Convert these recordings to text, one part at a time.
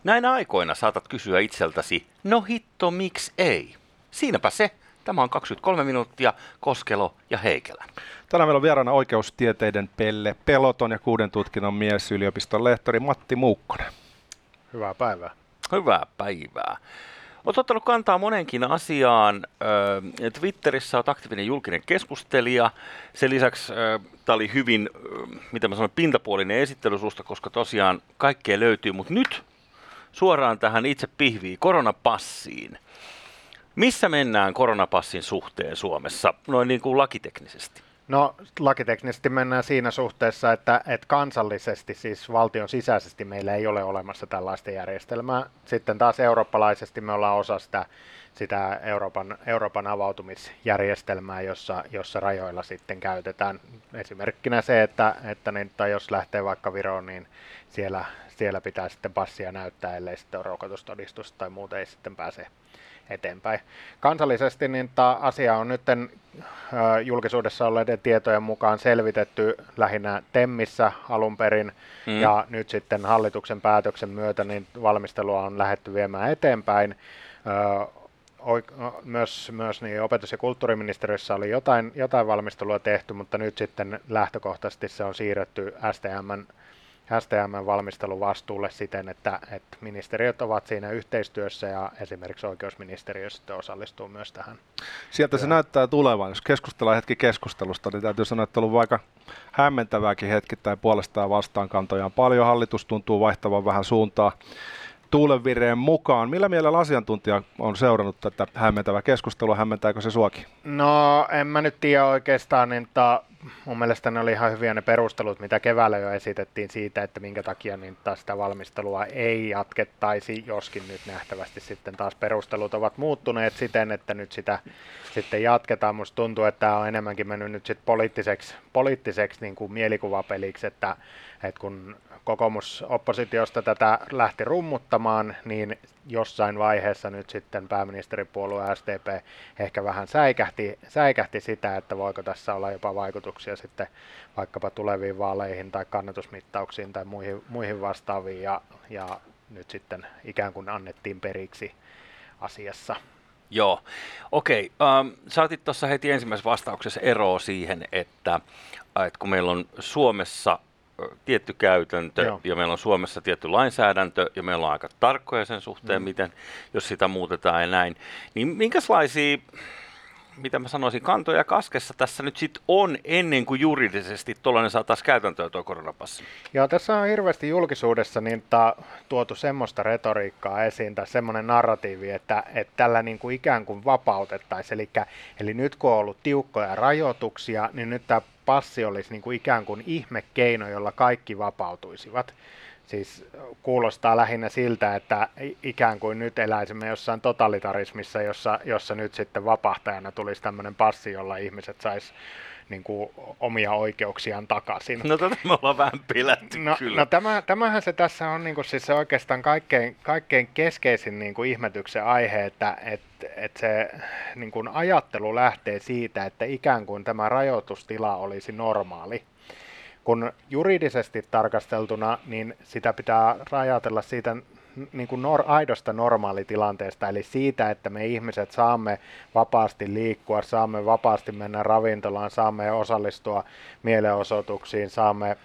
Näinä aikoina saatat kysyä itseltäsi, no hitto, miksi ei? Siinäpä se. Tämä on 23 minuuttia, Koskelo ja Heikelä. Tänään meillä on vieraana oikeustieteiden pelle, peloton ja 6 tutkinnon mies, yliopiston lehtori Matti Muukkonen. Hyvää päivää. Hyvää päivää. Olet ottanut kantaa monenkin asiaan. Twitterissä olet aktiivinen julkinen keskustelija. Sen lisäksi tämä oli hyvin, mitä mä sanon, pintapuolinen esittely susta, koska tosiaan kaikkea löytyy. Mutta nyt suoraan tähän itse pihviin, koronapassiin. Missä mennään koronapassin suhteen Suomessa, noin niin kuin lakiteknisesti? No lakiteknisesti mennään siinä suhteessa, että kansallisesti, siis valtion sisäisesti meillä ei ole olemassa tällaista järjestelmää. Sitten taas eurooppalaisesti me ollaan osa sitä Euroopan avautumisjärjestelmää, jossa rajoilla sitten käytetään. Esimerkkinä se, että jos lähtee vaikka Viroon, niin siellä pitää sitten passia näyttää, ellei sitten ole rokotustodistusta tai muuten ei sitten pääse eteenpäin. Kansallisesti niin asia on nyt julkisuudessa olleiden tietojen mukaan selvitetty lähinnä TEMissä alun perin, ja nyt sitten hallituksen päätöksen myötä niin valmistelua on lähdetty viemään eteenpäin. Myös niin opetus- ja kulttuuriministeriössä oli jotain valmistelua tehty, mutta nyt sitten lähtökohtaisesti se on siirretty STM:n valmisteluvastuulle siten, että ministeriöt ovat siinä yhteistyössä ja esimerkiksi oikeusministeriö sitten osallistuu myös tähän. Sieltä se näyttää tulevan. Jos keskustellaan hetki keskustelusta, niin täytyy sanoa, että on ollut aika hämmentävääkin hetkittäin puolesta ja vastaan kantojaan paljon. Hallitus tuntuu vaihtavan vähän suuntaa tuulenvireen mukaan. Millä mielellä asiantuntija on seurannut tätä hämmentävää keskustelua? Hämmentääkö se suakin? No en mä nyt tiedä oikeastaan, niin mun mielestä ne oli ihan hyviä ne perustelut, mitä keväällä jo esitettiin siitä, että minkä takia niin taas sitä valmistelua ei jatkettaisi, joskin nyt nähtävästi sitten taas perustelut ovat muuttuneet siten, että nyt sitä sitten jatketaan. Musta tuntuu, että tämä on enemmänkin mennyt nyt sitten poliittiseksi niin kuin mielikuvapeliksi, että kun kokoomus oppositiosta tätä lähti rummuttamaan, niin jossain vaiheessa nyt sitten pääministeripuolue SDP ehkä vähän säikähti sitä, että voiko tässä olla jopa vaikutuksia sitten vaikkapa tuleviin vaaleihin tai kannatusmittauksiin tai muihin vastaaviin, ja nyt sitten ikään kuin annettiin periksi asiassa. Joo, okei. Sä otit tuossa heti ensimmäisessä vastauksessa eroa siihen, että kun meillä on Suomessa tietty käytäntö, joo, ja meillä on Suomessa tietty lainsäädäntö ja meillä on aika tarkkoja sen suhteen, miten, jos sitä muutetaan ja näin, niin minkälaisia, mitä mä sanoisin, kantoja kaskessa tässä nyt sitten on ennen kuin juridisesti tuollainen saataisiin käytäntöön tuo koronapassi? Joo, tässä on hirveästi julkisuudessa niin tuotu semmoista retoriikkaa esiin tai semmoinen narratiivi, että tällä niin kuin ikään kuin vapautettaisiin, eli nyt kun on ollut tiukkoja rajoituksia, niin nyt tämä passi olisi niin kuin ikään kuin ihmekeino, jolla kaikki vapautuisivat. Siis kuulostaa lähinnä siltä, että ikään kuin nyt eläisimme jossain totalitarismissa, jossa nyt sitten vapahtajana tulisi tämmöinen passi, jolla ihmiset sais niin kuin omia oikeuksiaan takaisin. No tätä me ollaan vähän pelätty kyllä. No tämähän se tässä on niin kuin, siis se oikeastaan kaikkein keskeisin niin kuin ihmetyksen aihe, että se niin kuin ajattelu lähtee siitä, että ikään kuin tämä rajoitustila olisi normaali. Kun juridisesti tarkasteltuna, niin sitä pitää rajatella siitä niin kuin aidosta normaalitilanteesta, eli siitä, että me ihmiset saamme vapaasti liikkua, saamme vapaasti mennä ravintolaan, saamme osallistua mielenosoituksiin, saamme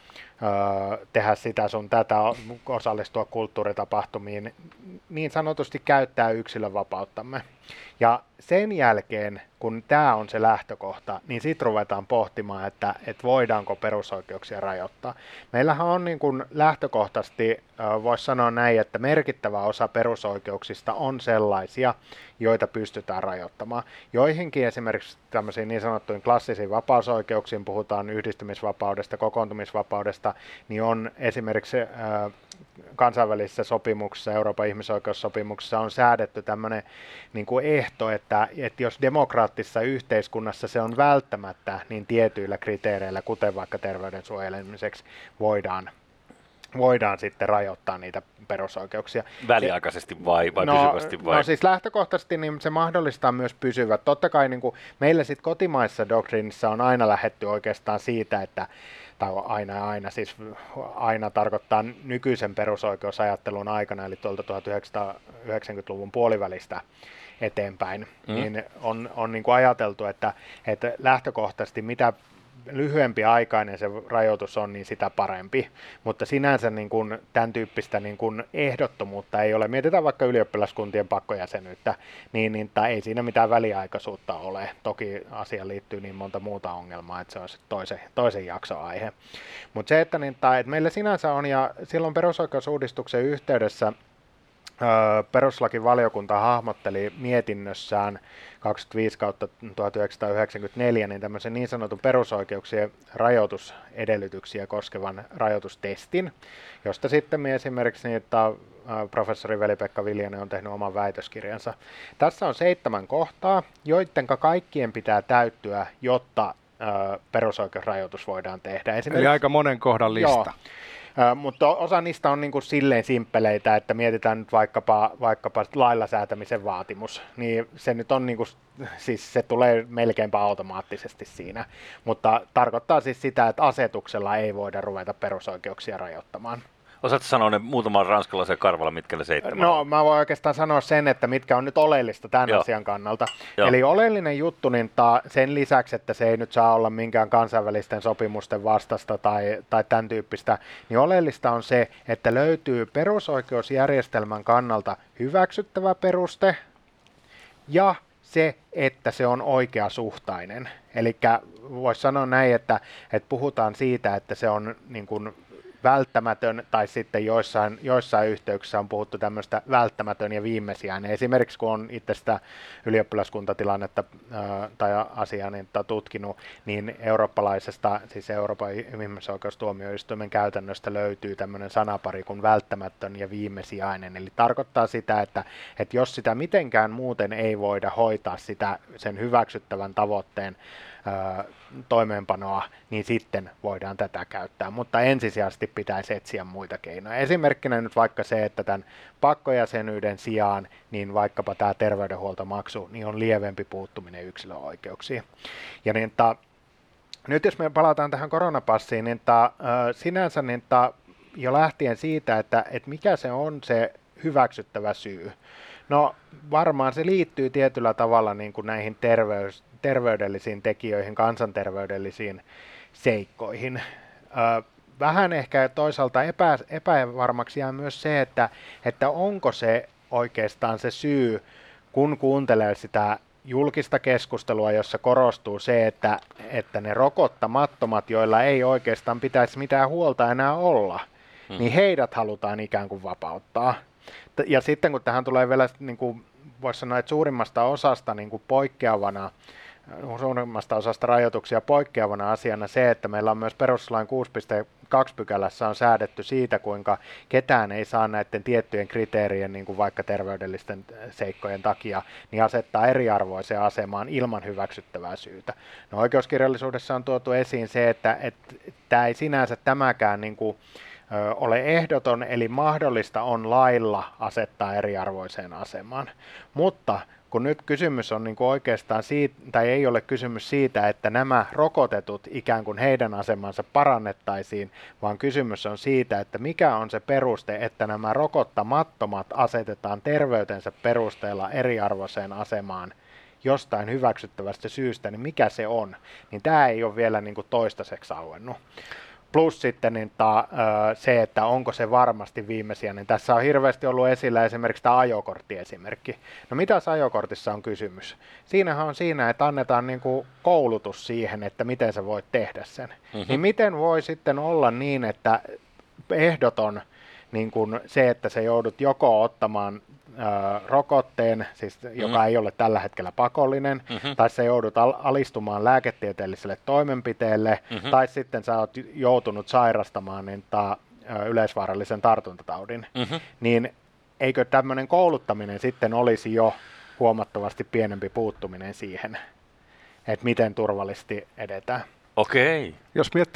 tehdä sitä sun tätä, osallistua kulttuuritapahtumiin, niin sanotusti käyttää yksilön vapauttamme. Ja sen jälkeen, kun tämä on se lähtökohta, niin sitten ruvetaan pohtimaan, että voidaanko perusoikeuksia rajoittaa. Meillähän on niin kuin lähtökohtaisesti, voisi sanoa näin, että merkittävä osa perusoikeuksista on sellaisia, joita pystytään rajoittamaan. Joihinkin esimerkiksi tämmöisiin niin sanottuihin klassisiin vapausoikeuksiin, puhutaan yhdistymisvapaudesta, kokoontumisvapaudesta, niin on esimerkiksi kansainvälisissä sopimuksissa, Euroopan ihmisoikeussopimuksissa on säädetty tämmöinen niin kuin ehto, että jos demokraattisessa yhteiskunnassa se on välttämättä, niin tietyillä kriteereillä, kuten vaikka terveyden suojelemiseksi, voidaan voidaan sitten rajoittaa niitä perusoikeuksia. Väliaikaisesti vai pysyvästi vai? No siis lähtökohtaisesti niin se mahdollistaa myös pysyvät. Totta kai niin kuin meillä sitten kotimaisessa doktriinissa on aina lähdetty oikeastaan siitä, että tai siis aina tarkoittaa nykyisen perusoikeusajattelun aikana, eli tuolta 1990-luvun puolivälistä eteenpäin, niin on niin kuin ajateltu, että lähtökohtaisesti mitä lyhyempi aikainen se rajoitus on, niin sitä parempi. Mutta sinänsä niin kuin tämän tyyppistä niin kuin ehdottomuutta ei ole. Mietitään vaikka ylioppilaskuntien pakkojäsenyyttä, tai ei siinä mitään väliaikaisuutta ole. Toki asiaan liittyy niin monta muuta ongelmaa, että se olisi toisen jakson aihe. mutta se, että meillä sinänsä on, ja silloin perusoikeusuudistuksen yhteydessä perustuslakivaliokunta hahmotteli mietinnössään 25/1994 niin tämmöisen niin sanotun perusoikeuksien rajoitusedellytyksiä koskevan rajoitustestin, josta sitten esimerkiksi professori Veli-Pekka Viljanen on tehnyt oman väitöskirjansa. Tässä on 7 kohtaa, joiden kaikkien pitää täyttyä, jotta perusoikeusrajoitus voidaan tehdä. Eli aika monen kohdan lista. Joo. Mutta osa niistä on niin kuin silleen simppeleitä, että mietitään nyt vaikkapa lailla säätämisen vaatimus, niin se nyt on niin kuin, siis se tulee melkeinpä automaattisesti siinä, mutta tarkoittaa siis sitä, että asetuksella ei voida ruveta perusoikeuksia rajoittamaan. Osaatko sanoa ne muutaman ranskalaisen karvalla, mitkä ne 7 No on? mä voin oikeastaan sanoa sen, että mitkä on nyt oleellista tämän asian kannalta. Joo. Eli oleellinen juttu, niin sen lisäksi, että se ei nyt saa olla minkään kansainvälisten sopimusten vastasta tai tämän tyyppistä, niin oleellista on se, että löytyy perusoikeusjärjestelmän kannalta hyväksyttävä peruste ja se, että se on oikeasuhtainen. Eli voisi sanoa näin, että puhutaan siitä, että se on niin kuin välttämätön, tai sitten joissain yhteyksissä on puhuttu tämmöistä välttämätön ja viimesijainen. Esimerkiksi kun on itse sitä ylioppilaskuntatilannetta tai asiaa tutkinut, niin eurooppalaisesta, siis Euroopan ihmisoikeustuomioistuimen käytännöstä löytyy tämmöinen sanapari kuin välttämätön ja viimesijainen. Eli tarkoittaa sitä, että jos sitä mitenkään muuten ei voida hoitaa sen hyväksyttävän tavoitteen toimeenpanoa, niin sitten voidaan tätä käyttää, mutta ensisijaisesti pitäisi etsiä muita keinoja. Esimerkkinä nyt vaikka se, että tämän pakkojäsenyyden sijaan, niin vaikkapa tämä terveydenhuoltomaksu, niin on lievempi puuttuminen yksilöoikeuksiin. Ja nyt jos me palataan tähän koronapassiin, niin sinänsä jo lähtien siitä, että mikä se on se hyväksyttävä syy. No varmaan se liittyy tietyllä tavalla niin kuin näihin terveydellisiin tekijöihin, kansanterveydellisiin seikkoihin. Vähän ehkä toisaalta epävarmaksi jää myös se, että onko se oikeastaan se syy, kun kuuntelee sitä julkista keskustelua, jossa korostuu se, että ne rokottamattomat, joilla ei oikeastaan pitäisi mitään huolta enää olla, niin heidät halutaan ikään kuin vapauttaa. Ja sitten kun tähän tulee vielä, niin kuin voisi sanoa, että suurimmasta osasta rajoituksia poikkeavana asiana se, että meillä on myös perustuslain 6.2 pykälässä on säädetty siitä, kuinka ketään ei saa näiden tiettyjen kriteerien, niin kuin vaikka terveydellisten seikkojen takia, niin asettaa eriarvoiseen asemaan ilman hyväksyttävää syytä. No oikeuskirjallisuudessa on tuotu esiin se, että tämä ei sinänsä tämäkään niin kuin ole ehdoton, eli mahdollista on lailla asettaa eriarvoiseen asemaan. Mutta kun nyt kysymys on niin kuin oikeastaan siitä, tai ei ole kysymys siitä, että nämä rokotetut ikään kuin heidän asemansa parannettaisiin, vaan kysymys on siitä, että mikä on se peruste, että nämä rokottamattomat asetetaan terveytensä perusteella eriarvoiseen asemaan jostain hyväksyttävästä syystä, niin mikä se on, niin tämä ei ole vielä niin kuin toistaiseksi auennut. Plus sitten se, että onko se varmasti viimesijainen. Tässä on hirveästi ollut esillä esimerkiksi tämä ajokorttiesimerkki. No mitä ajokortissa on kysymys? Siinähän on siinä, että annetaan niin kuin koulutus siihen, että miten sä voit tehdä sen. Niin miten voi sitten olla niin, että ehdoton niin kuin se, että sä joudut joko ottamaan rokotteen, siis joka ei ole tällä hetkellä pakollinen, tai sä joudut alistumaan lääketieteelliselle toimenpiteelle, tai sitten sä oot joutunut sairastamaan yleisvaarallisen tartuntataudin, niin eikö tämmöinen kouluttaminen sitten olisi jo huomattavasti pienempi puuttuminen siihen, että miten turvallisesti edetään? Okei. Jos miettii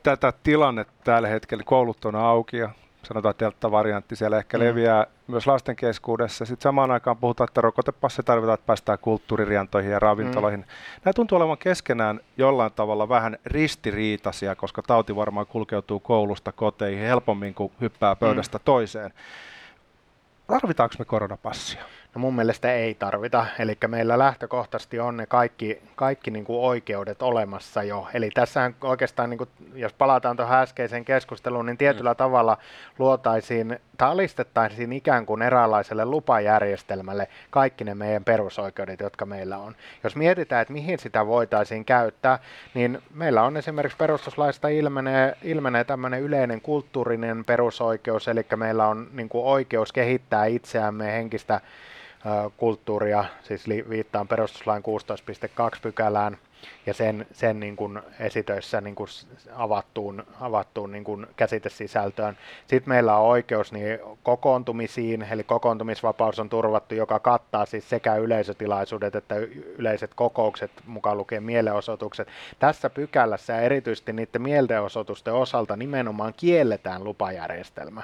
tätä tilannetta tällä hetkellä, koulut on auki ja sanotaan delta-variantti siellä ehkä leviää myös lasten keskuudessa. Sitten samaan aikaan puhutaan, että rokotepassi tarvitaan, että päästään kulttuuririantoihin ja ravintoloihin. Nämä tuntuu olevan keskenään jollain tavalla vähän ristiriitaisia, koska tauti varmaan kulkeutuu koulusta koteihin helpommin kuin hyppää pöydästä toiseen. Tarvitaanko me koronapassia? No mun mielestä ei tarvita, eli meillä lähtökohtaisesti on ne kaikki niin kuin oikeudet olemassa jo. Eli tässä oikeastaan, niin kuin, jos palataan tuohon äskeiseen keskusteluun, niin tietyllä tavalla luotaisiin tai alistettaisiin ikään kuin eräänlaiselle lupajärjestelmälle kaikki ne meidän perusoikeudet, jotka meillä on. Jos mietitään, että mihin sitä voitaisiin käyttää, niin meillä on esimerkiksi perustuslaista ilmenee tämmöinen yleinen kulttuurinen perusoikeus, eli meillä on niin kuin oikeus kehittää itseämme henkistä kulttuuria, siis viittaan perustuslain 16.2 pykälään ja sen niin kuin esitöissä niin kuin avattuun niin kuin käsitesisältöön. Sitten meillä on oikeus niin kokoontumisiin, eli kokoontumisvapaus on turvattu, joka kattaa siis sekä yleisötilaisuudet että yleiset kokoukset, mukaan lukien mielenosoitukset. Tässä pykälässä erityisesti niiden mielenosoitusten osalta nimenomaan kielletään lupajärjestelmä.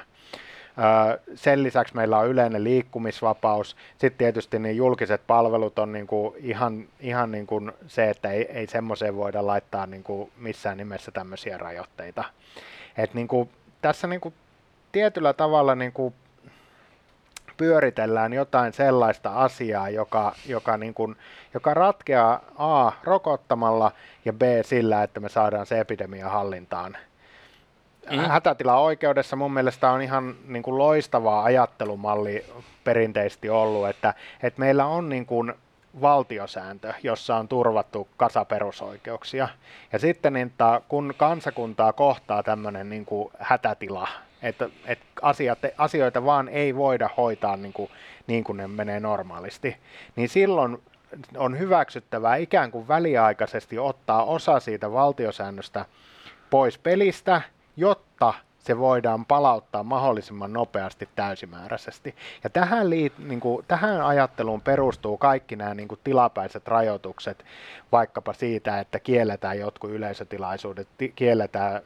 Sen lisäksi meillä on yleinen liikkumisvapaus. Sitten tietysti niin julkiset palvelut on niin kuin ihan niin kuin se, että ei semmoiseen voida laittaa niin kuin missään nimessä tämmöisiä rajoitteita. Et niin kuin, tässä niin kuin tietyllä tavalla niin kuin pyöritellään jotain sellaista asiaa, joka ratkeaa A rokottamalla ja B sillä, että me saadaan se epidemia hallintaan. Hätätilaoikeudessa mun mielestä on ihan niin kuin loistava ajattelumalli perinteisesti ollut, että meillä on niin kuin valtiosääntö, jossa on turvattu kasa perusoikeuksia. Ja sitten niin, kun kansakuntaa kohtaa tämmöinen niin kuin hätätila, että asioita vaan ei voida hoitaa niin kuin ne menee normaalisti, niin silloin on hyväksyttävää ikään kuin väliaikaisesti ottaa osa siitä valtiosäännöstä pois pelistä, jotta se voidaan palauttaa mahdollisimman nopeasti täysimääräisesti. Ja tähän ajatteluun perustuu kaikki nämä niin kuin tilapäiset rajoitukset, vaikkapa siitä, että kielletään jotkut yleisötilaisuudet, kielletään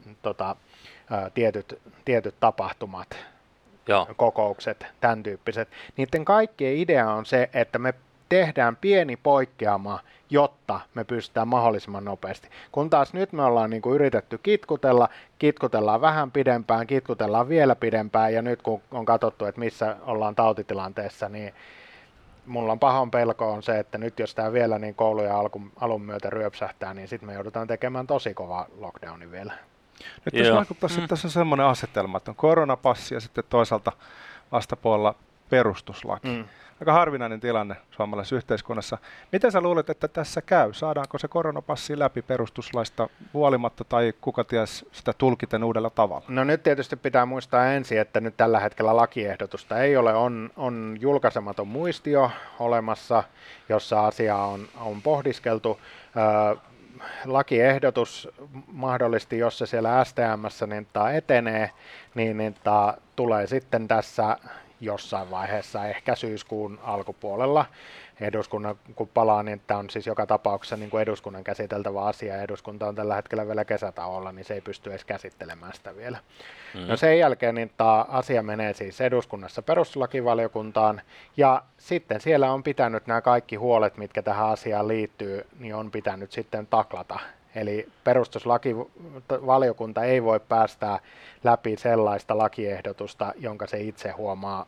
tietyt tapahtumat, kokoukset, tämän tyyppiset. Niiden kaikkien idea on se, että me tehdään pieni poikkeama, jotta me pystytään mahdollisimman nopeasti. Kun taas nyt me ollaan niin kuin yritetty kitkutellaan vähän pidempään, kitkutellaan vielä pidempään, ja nyt kun on katsottu, että missä ollaan tautitilanteessa, niin mulla on pahan pelko on se, että nyt jos tämä vielä niin kouluja alun myötä ryöpsähtää, niin sitten me joudutaan tekemään tosi kova lockdowni vielä. Nyt jos vaikuttaisi, että tässä on semmoinen asetelma, että on koronapassi ja sitten toisaalta vastapuolella perustuslaki. Aika harvinainen tilanne suomalaisessa yhteiskunnassa. Miten sä luulet, että tässä käy? Saadaanko se koronapassi läpi perustuslaista huolimatta tai kuka ties sitä tulkiten uudella tavalla? No nyt tietysti pitää muistaa ensin, että nyt tällä hetkellä lakiehdotusta ei ole. On julkaisematon muistio olemassa, jossa asiaa on pohdiskeltu. Lakiehdotus mahdollisesti, jos se siellä STM:ssä niin etenee, niin tulee sitten tässä jossain vaiheessa, ehkä syyskuun alkupuolella eduskunnan, kun palaa, niin tämä on siis joka tapauksessa niin kuin eduskunnan käsiteltävä asia, ja eduskunta on tällä hetkellä vielä kesätauolla, niin se ei pysty edes käsittelemään sitä vielä. No sen jälkeen niin tämä asia menee siis eduskunnassa perustuslakivaliokuntaan, ja sitten siellä on pitänyt nämä kaikki huolet, mitkä tähän asiaan liittyy, niin on pitänyt sitten taklata. Eli perustuslakivaliokunta ei voi päästää läpi sellaista lakiehdotusta, jonka se itse huomaa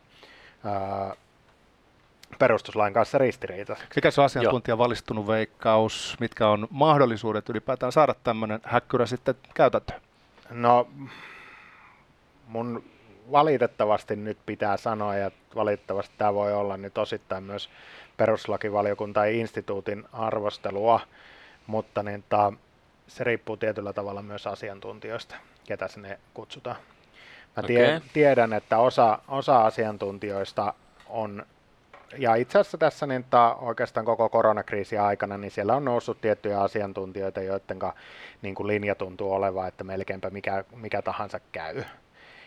perustuslain kanssa ristiriitaiseksi. Mikä se on asiantuntija valistunut veikkaus? Mitkä on mahdollisuudet ylipäätään saada tämmöinen häkkyrä sitten käytäntöön? No, mun valitettavasti nyt pitää sanoa, ja valitettavasti tämä voi olla nyt osittain myös perustuslakivaliokunta ja instituutin arvostelua, mutta niin se riippuu tietyllä tavalla myös asiantuntijoista, ketä sinne kutsutaan. Mä tiedän, että osa asiantuntijoista on, ja itse asiassa tässä niin oikeastaan koko koronakriisin aikana, niin siellä on noussut tiettyjä asiantuntijoita, joiden niin kuin linja tuntuu olevan, että melkeinpä mikä tahansa käy.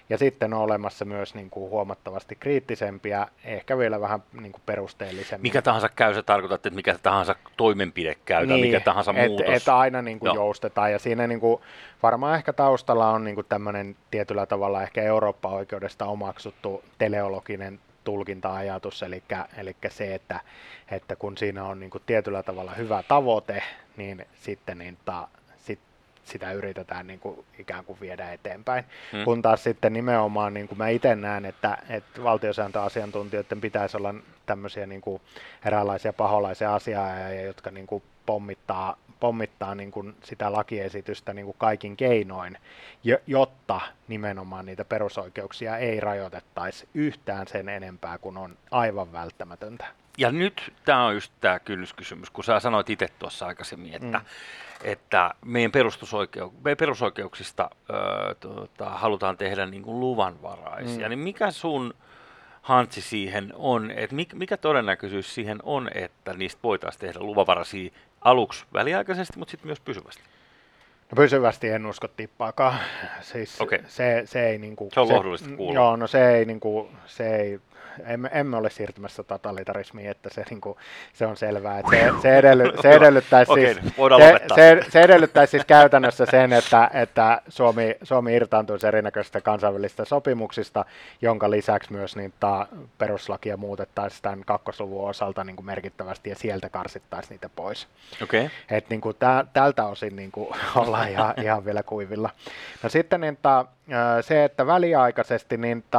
ja sitten on olemassa myös niin kuin huomattavasti kriittisempiä, ehkä vielä vähän niin kuin perusteellisemmin. Mikä tahansa käy, sä tarkoitat, että mikä tahansa toimenpide käy tai Niin, mikä tahansa muutos. että aina niin kuin joustetaan, ja siinä niin kuin, varmaan ehkä taustalla on niin kuin tämmöinen tietyllä tavalla ehkä Eurooppa-oikeudesta omaksuttu teleologinen tulkinta-ajatus, eli se, että kun siinä on niin kuin tietyllä tavalla hyvä tavoite, niin sitten sitä yritetään niin kuin ikään kuin viedä eteenpäin. Kun taas sitten nimenomaan, niin kuin mä itse näen, että valtiosääntöasiantuntijoiden pitäisi olla tämmöisiä niin kuin eräänlaisia paholaisia asiaajia, jotka niin kuin pommittaa niin kuin sitä lakiesitystä niin kuin kaikin keinoin, jotta nimenomaan niitä perusoikeuksia ei rajoitettaisi yhtään sen enempää kuin on aivan välttämätöntä. Ja nyt tämä on just tämä kynnyskysymys, kun sä sanoit itse tuossa aikaisemmin, että meidän perusoikeuksista halutaan tehdä niin kuin luvanvaraisia, niin mikä sun hantsi siihen on, että mikä todennäköisyys siihen on, että niistä voitaisiin tehdä luvanvaraisia aluksi väliaikaisesti, mutta sitten myös pysyvästi? No pysyvästi en usko tippaakaan. Siis Okay. Se ei niinku, se on lohdullista kuulla. Joo, no se ei emme ole siirtymässä totalitarismiin, että se on selvää, että se edellyttäisi se edellyttäisi siis käytännössä sen, että Suomi irtaantuisi erinäköisistä kansainvälisistä sopimuksista, jonka lisäksi myös peruslakia muutettaisiin tämän kakkosluvun osalta niin kuin merkittävästi ja sieltä karsittaisiin niitä pois. Okay. Et niin kuin tältä osin niin kuin ollaan ihan vielä kuivilla. No sitten se, että väliaikaisesti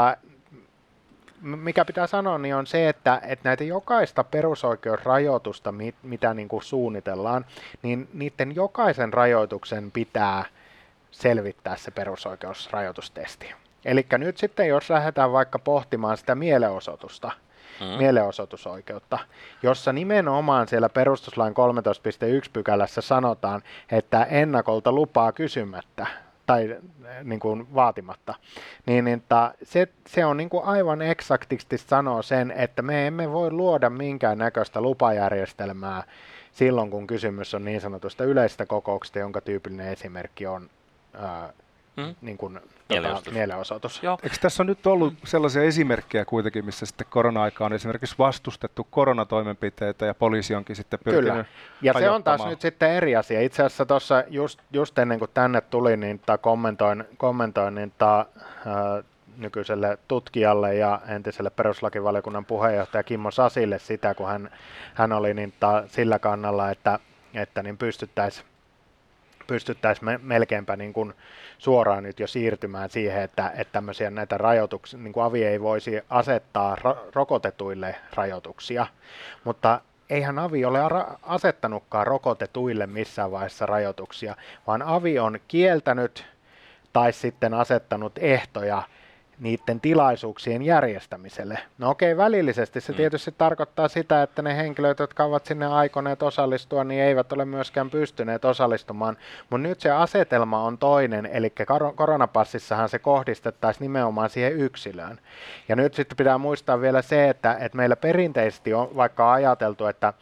mikä pitää sanoa, niin on se, että näitä jokaista perusoikeusrajoitusta, mitä niin kuin suunnitellaan, niin niiden jokaisen rajoituksen pitää selvittää se perusoikeusrajoitustesti. Eli nyt sitten, jos lähdetään vaikka pohtimaan sitä mielenosoitusoikeutta, jossa nimenomaan siellä perustuslain 13.1 pykälässä sanotaan, että ennakolta lupaa kysymättä, tai niin kuin vaatimatta, niin se on niin kuin aivan eksaktisti sanoo sen, että me emme voi luoda minkään näköistä lupajärjestelmää silloin, kun kysymys on niin sanotusta yleisestä kokouksesta, jonka tyypillinen esimerkki on niin kuin, mielenosoitus. Eikö tässä on nyt ollut sellaisia esimerkkejä kuitenkin, missä sitten korona-aikaan on esimerkiksi vastustettu koronatoimenpiteitä ja poliisi onkin sitten pyrkinyt Kyllä. Ja se on taas nyt sitten eri asia. Itse asiassa tuossa just ennen kuin tänne tuli, niin kommentoin niin nykyiselle tutkijalle ja entiselle perustuslakivaliokunnan puheenjohtaja Kimmo Sasille sitä, kun hän oli niin sillä kannalla, että niin pystyttäisiin melkeinpä niin kuin suoraan nyt jo siirtymään siihen, että tämmöisiä näitä rajoituksia, niin kuin avi ei voisi asettaa rokotetuille rajoituksia, mutta eihän avi ole asettanutkaan rokotetuille missään vaiheessa rajoituksia, vaan avi on kieltänyt tai sitten asettanut ehtoja niiden tilaisuuksien järjestämiselle. No okei, välillisesti se tietysti tarkoittaa sitä, että ne henkilöt, jotka ovat sinne aikoneet osallistua, niin eivät ole myöskään pystyneet osallistumaan, mutta nyt se asetelma on toinen, eli koronapassissahan se kohdistettaisiin nimenomaan siihen yksilöön. Ja nyt sitten pitää muistaa vielä se, että meillä perinteisesti on vaikka ajateltu, että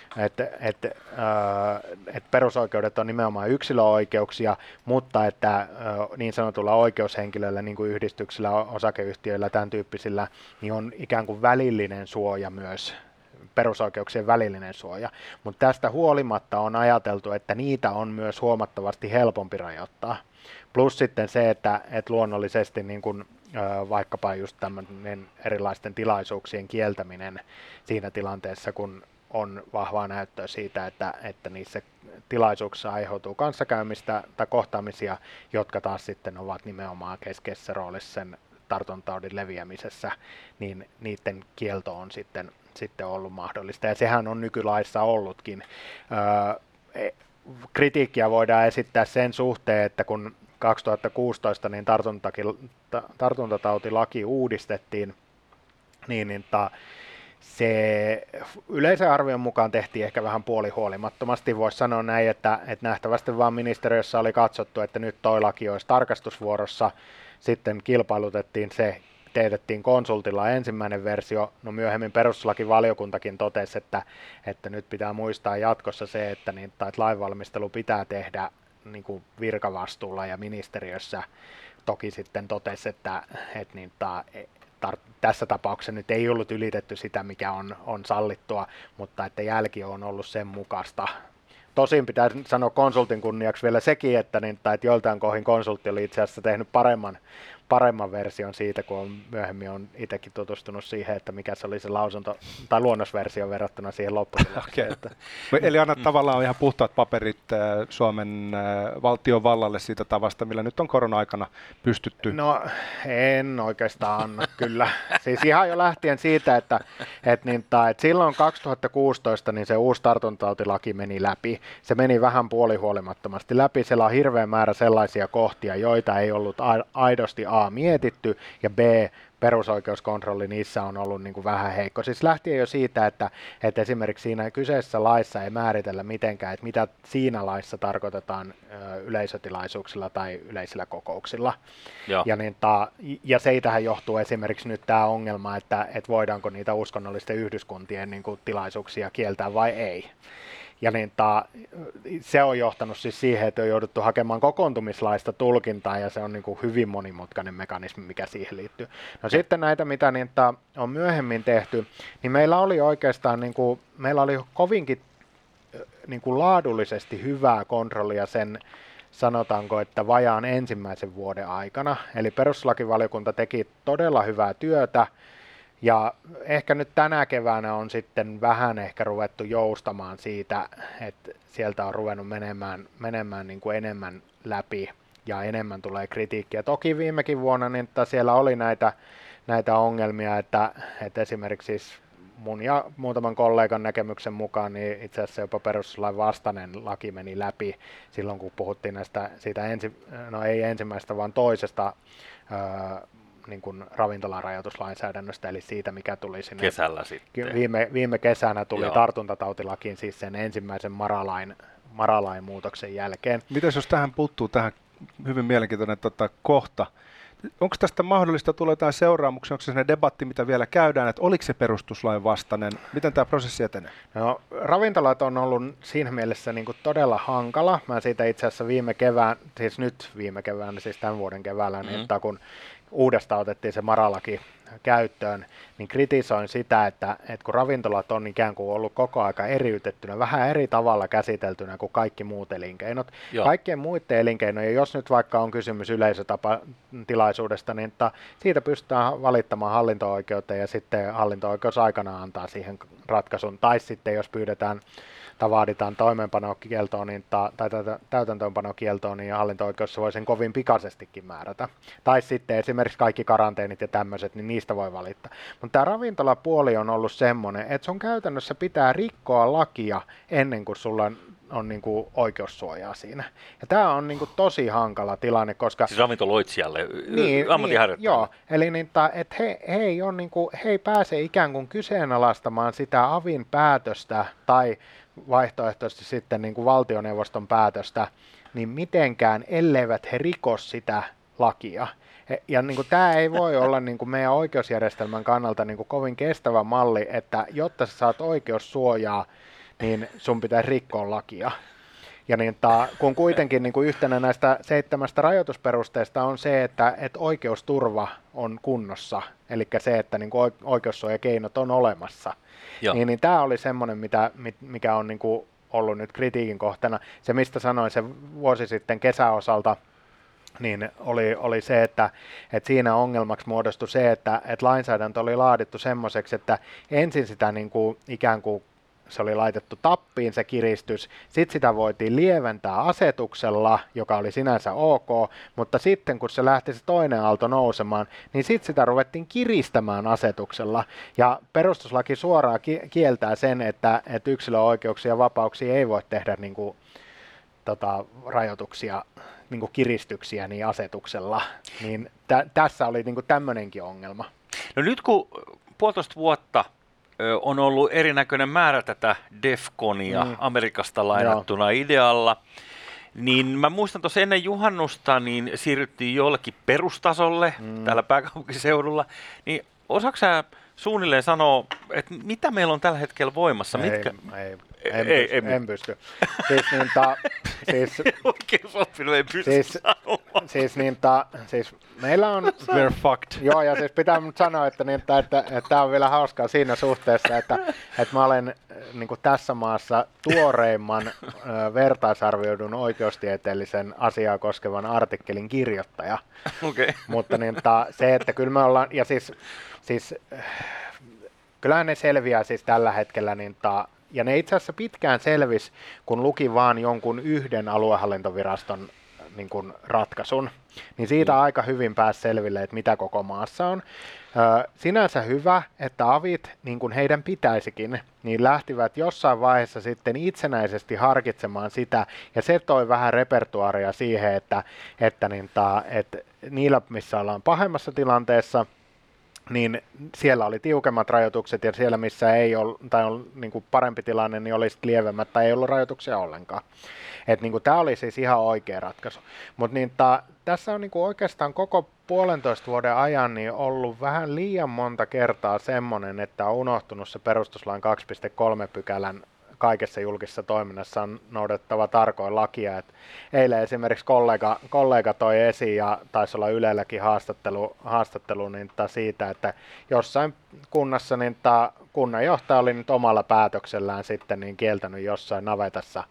perusoikeudet on nimenomaan yksilöoikeuksia, mutta että niin sanotulla oikeushenkilöillä, niin kuin yhdistyksillä, osakeyhtiöillä, tämän tyyppisillä, niin on ikään kuin välillinen suoja myös, perusoikeuksien välillinen suoja. Mutta tästä huolimatta on ajateltu, että niitä on myös huomattavasti helpompi rajoittaa. Plus sitten se, että luonnollisesti niin kuin vaikkapa just tämmöinen erilaisten tilaisuuksien kieltäminen siinä tilanteessa, kun on vahvaa näyttöä siitä, että niissä tilaisuuksissa aiheutuu kanssakäymistä tai kohtaamisia, jotka taas sitten ovat nimenomaan keskeisessä roolissa sen tartuntataudin leviämisessä, niin niiden kielto on sitten ollut mahdollista. Ja sehän on nykylaissa ollutkin. Kritiikkiä voidaan esittää sen suhteen, että kun 2016 niin tartuntatautilaki uudistettiin, niin se yleisen arvion mukaan tehtiin ehkä vähän puolihuolimattomasti. Voisi sanoa näin, että nähtävästi vaan ministeriössä oli katsottu, että nyt toi laki olisi tarkastusvuorossa. Sitten kilpailutettiin se, teetettiin konsultilla ensimmäinen versio. No myöhemmin perustuslakivaliokuntakin totesi, että nyt pitää muistaa jatkossa se, että lainvalmistelu pitää tehdä niin kuin virkavastuulla ja ministeriössä toki sitten totesi, että tässä tapauksessa nyt ei ollut ylitetty sitä, mikä on sallittua, mutta että jälki on ollut sen mukaista. Tosin pitää sanoa konsultin kunniaksi vielä sekin, että joiltain kohdin konsultti oli itse asiassa tehnyt paremman version siitä, kun myöhemmin on itsekin tutustunut siihen, että mikä se oli se lausunto tai luonnosversio verrattuna siihen lopputulokseen. Okay. Eli annat tavallaan ihan puhtaat paperit Suomen valtiovallalle siitä tavasta, millä nyt on korona-aikana pystytty. No en oikeastaan anna kyllä. Siis ihan jo lähtien siitä, että silloin 2016 niin se uusi tartuntatautilaki meni läpi. Se meni vähän puolihuolimattomasti läpi. Siellä on hirveä määrä sellaisia kohtia, joita ei ollut aidosti mietitty, ja B, perusoikeuskontrolli niissä on ollut niin kuin vähän heikko. Siis lähtien jo siitä, että esimerkiksi siinä kyseisessä laissa ei määritellä mitenkään, että mitä siinä laissa tarkoitetaan yleisötilaisuuksilla tai yleisillä kokouksilla. Ja seitähän johtuu esimerkiksi nyt tämä ongelma, että voidaanko niitä uskonnollisten yhdyskuntien niin kuin tilaisuuksia kieltää vai ei. Ja se on johtanut siis siihen, että on jouduttu hakemaan kokoontumislaista tulkintaa, ja se on niin kuin hyvin monimutkainen mekanismi, mikä siihen liittyy. No sitten näitä, mitä on myöhemmin tehty, niin meillä oli oikeastaan meillä oli kovinkin laadullisesti hyvää kontrollia sen, sanotaanko, että vajaan ensimmäisen vuoden aikana. Eli perustuslakivaliokunta teki todella hyvää työtä, ja ehkä nyt tänä keväänä on sitten vähän ehkä ruvettu joustamaan siitä, että sieltä on ruvennut menemään niin kuin enemmän läpi ja enemmän tulee kritiikkiä. Toki viimekin vuonna niin siellä oli näitä ongelmia, että esimerkiksi siis mun ja muutaman kollegan näkemyksen mukaan niin itse asiassa jopa perustuslain vastainen laki meni läpi silloin, kun puhuttiin siitä ei ensimmäisestä, vaan toisesta niin kuin ravintolarajoituslainsäädännöstä, eli siitä, mikä tuli sinne. Kesällä sitten. Viime kesänä tuli tartuntatautilakiin siis sen ensimmäisen maralain muutoksen jälkeen. Mitäs jos tähän puuttuu tähän hyvin mielenkiintoinen kohta? Onko tästä mahdollista tulla jotain seuraamuksia? Onko se sellainen debatti, mitä vielä käydään, että oliko se perustuslain vastainen? Miten tämä prosessi etenee? No, ravintolat on ollut siinä mielessä niin kuin todella hankala. Mä siitä itse asiassa viime keväänä, siis tämän vuoden keväällä, niin kun uudestaan otettiin se maralaki käyttöön, niin kritisoin sitä, että kun ravintolat on ikään kuin ollut koko aika eriytettynä, vähän eri tavalla käsiteltynä kuin kaikki muut elinkeinot. Joo. Kaikkien muiden elinkeinojen, jos nyt vaikka on kysymys yleisötilaisuudesta, niin siitä pystytään valittamaan hallinto-oikeuteen ja sitten hallinto-oikeus aikanaan antaa siihen ratkaisun. Tai sitten jos pyydetään tai vaaditaan toimeenpanokieltoon tai täytäntöönpanokieltoon, niin hallinto-oikeus voi sen kovin pikaisestikin määrätä. Tai sitten esimerkiksi kaikki karanteenit ja tämmöiset, niin niistä voi valittaa. Mutta tämä ravintolapuoli on ollut semmoinen, että sun käytännössä pitää rikkoa lakia ennen kuin sulla on niin kuin oikeussuojaa siinä. Ja tämä on niin kuin tosi hankala tilanne, koska siis ravintoloitsijalle, ammattiharjoittajalle. Joo, eli että he ei pääse ikään kuin kyseenalaistamaan sitä avin päätöstä tai vaihtoehtoisesti sitten niin kuin valtioneuvoston päätöstä, niin mitenkään, elleivät he rikos sitä lakia. Ja niin kuin, tämä ei voi olla niin kuin meidän oikeusjärjestelmän kannalta niin kuin kovin kestävä malli, että jotta sä saat oikeussuojaa, niin sun pitäisi rikkoa lakia. Ja kun kuitenkin niin kuin yhtenä näistä 7 rajoitusperusteista on se, että oikeusturva on kunnossa, eli se, että niin kuin oikeussuojakeinot on olemassa, niin tämä oli semmoinen, mikä on niin kuin ollut nyt kritiikin kohtana. Se, mistä sanoin se vuosi sitten kesäosalta, niin oli se, että siinä ongelmaksi muodostui se, että lainsäädäntö oli laadittu semmoiseksi, että ensin sitä niin kuin ikään kuin se oli laitettu tappiin se kiristys, sitten sitä voitiin lieventää asetuksella, joka oli sinänsä ok, mutta sitten kun se lähti se toinen aalto nousemaan, niin sitten sitä ruvettiin kiristämään asetuksella, ja perustuslaki suoraan kieltää sen, että yksilöoikeuksia ja vapauksia ei voi tehdä niin kuin, rajoituksia, niin kuin kiristyksiä niin asetuksella, niin tässä oli niin kuin tämmöinenkin ongelma. No nyt kun 1,5 vuotta on ollut erinäköinen määrä tätä DEFCONia Amerikasta lainattuna idealla, niin mä muistan tuossa ennen juhannusta, niin siirryttiin jollekin perustasolle täällä pääkaupunkiseudulla, niin osaatko sä suunnilleen sanoa, että mitä meillä on tällä hetkellä voimassa? En pysty. Siis oikeusoppinut ei pysty sanomaan. Siis meillä on... We're fucked. Joo, ja siis pitää nyt sanoa, että tämä on vielä hauskaa siinä suhteessa, että mä olen niin kuin tässä maassa tuoreimman vertaisarvioidun oikeustieteellisen asiaa koskevan artikkelin kirjoittaja. Okay. Mutta se, että kyllä me ollaan, ja siis kyllähän ne selviää siis tällä hetkellä, ja ne itse asiassa pitkään selvisi, kun luki vaan jonkun yhden aluehallintoviraston niin kuin ratkaisun, niin siitä aika hyvin pääsi selville, että mitä koko maassa on. Sinänsä hyvä, että avit, niin kuin heidän pitäisikin, niin lähtivät jossain vaiheessa sitten itsenäisesti harkitsemaan sitä, ja se toi vähän repertuaaria siihen, että niillä, missä ollaan pahemmassa tilanteessa, niin siellä oli tiukemmat rajoitukset, ja siellä, missä ei ole, tai on niin kuin parempi tilanne, niin oli lievemmät, tai ei ollut rajoituksia ollenkaan. Että niin tämä oli siis ihan oikea ratkaisu. Mutta tässä on niin kuin oikeastaan koko 1,5 vuoden ajan niin ollut vähän liian monta kertaa semmoinen, että on unohtunut se perustuslain 2.3 pykälän kaikessa julkisessa toiminnassa on noudattava tarkoin lakia. Et eilen esimerkiksi kollega toi esiin, ja taisi olla Ylelläkin haastattelu siitä, että jossain kunnassa kunnanjohtaja oli nyt omalla päätöksellään sitten niin kieltänyt jossain navetassa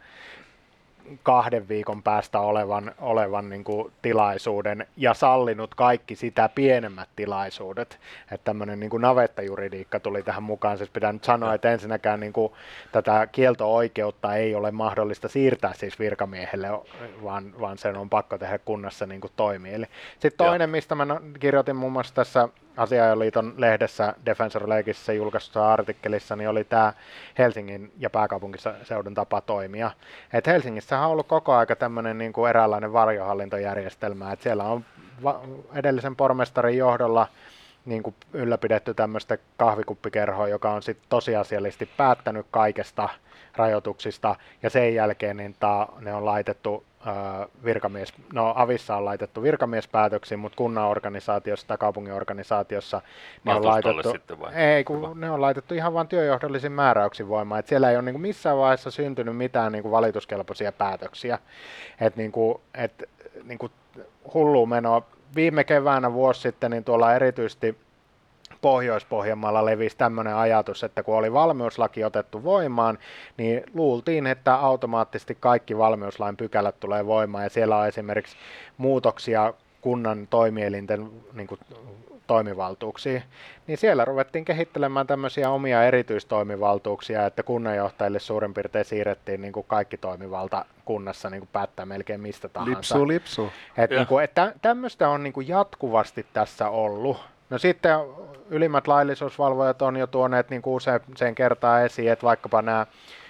2 viikon päästä olevan niin kuin tilaisuuden ja sallinut kaikki sitä pienemmät tilaisuudet. Että tämmöinen niin kuin navettajuridiikka tuli tähän mukaan. Siis pitää nyt sanoa, että ensinnäkään niin kuin tätä kielto-oikeutta ei ole mahdollista siirtää siis virkamiehelle, vaan sen on pakko tehdä kunnassa niin kuin toimieli. Sitten toinen, mistä mä kirjoitin muun muassa tässä Asianajoliiton lehdessä Defensor Legissä julkaistussa artikkelissa, niin oli tämä Helsingin ja pääkaupunkiseudun tapa toimia. Et Helsingissähän on ollut koko aika tämmöinen niin kuin eräänlainen varjohallintojärjestelmä, että siellä on edellisen pormestarin johdolla niin kuin ylläpidetty tämmöistä kahvikuppikerhoa, joka on sitten tosiasiallisesti päättänyt kaikesta rajoituksista, ja sen jälkeen niin ne on laitettu avissa on laitettu virkamiespäätöksiin, mutta kunnan organisaatiossa tai kaupungin organisaatiossa ne on laitettu, ne on laitettu ihan vain työjohdollisin määräyksin voimaan, että siellä ei ole niin kuin missään vaiheessa syntynyt mitään niin kuin valituskelpoisia päätöksiä, että niin kuin hullua menoa. Viime keväänä vuosi sitten niin tuolla erityisesti Pohjois-Pohjanmaalla levisi tämmöinen ajatus, että kun oli valmiuslaki otettu voimaan, niin luultiin, että automaattisesti kaikki valmiuslain pykälät tulee voimaan, ja siellä on esimerkiksi muutoksia kunnan toimielinten niin kuin toimivaltuuksiin, niin siellä ruvettiin kehittelemään tämmöisiä omia erityistoimivaltuuksia, että kunnanjohtajille suurin piirtein siirrettiin niin kuin kaikki toimivalta kunnassa niin kuin päättää melkein mistä tahansa. Lipsu. Että tämmöistä on niin kuin jatkuvasti tässä ollut. No sitten ylimmät laillisuusvalvojat on jo tuoneet niin kuin usein kertaa esiin, että vaikkapa nämä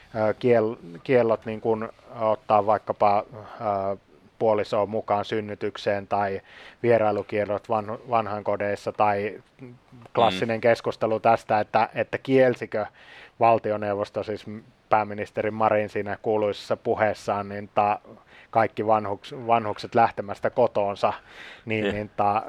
kiellot niin kuin ottaa vaikkapa puolisoon mukaan synnytykseen tai vierailukiellot vanhainkodeissa tai klassinen keskustelu tästä, että kielsikö valtioneuvosto, siis pääministeri Marin siinä kuuluisessa puheessaan, niin kaikki vanhukset lähtemästä kotoonsa, niin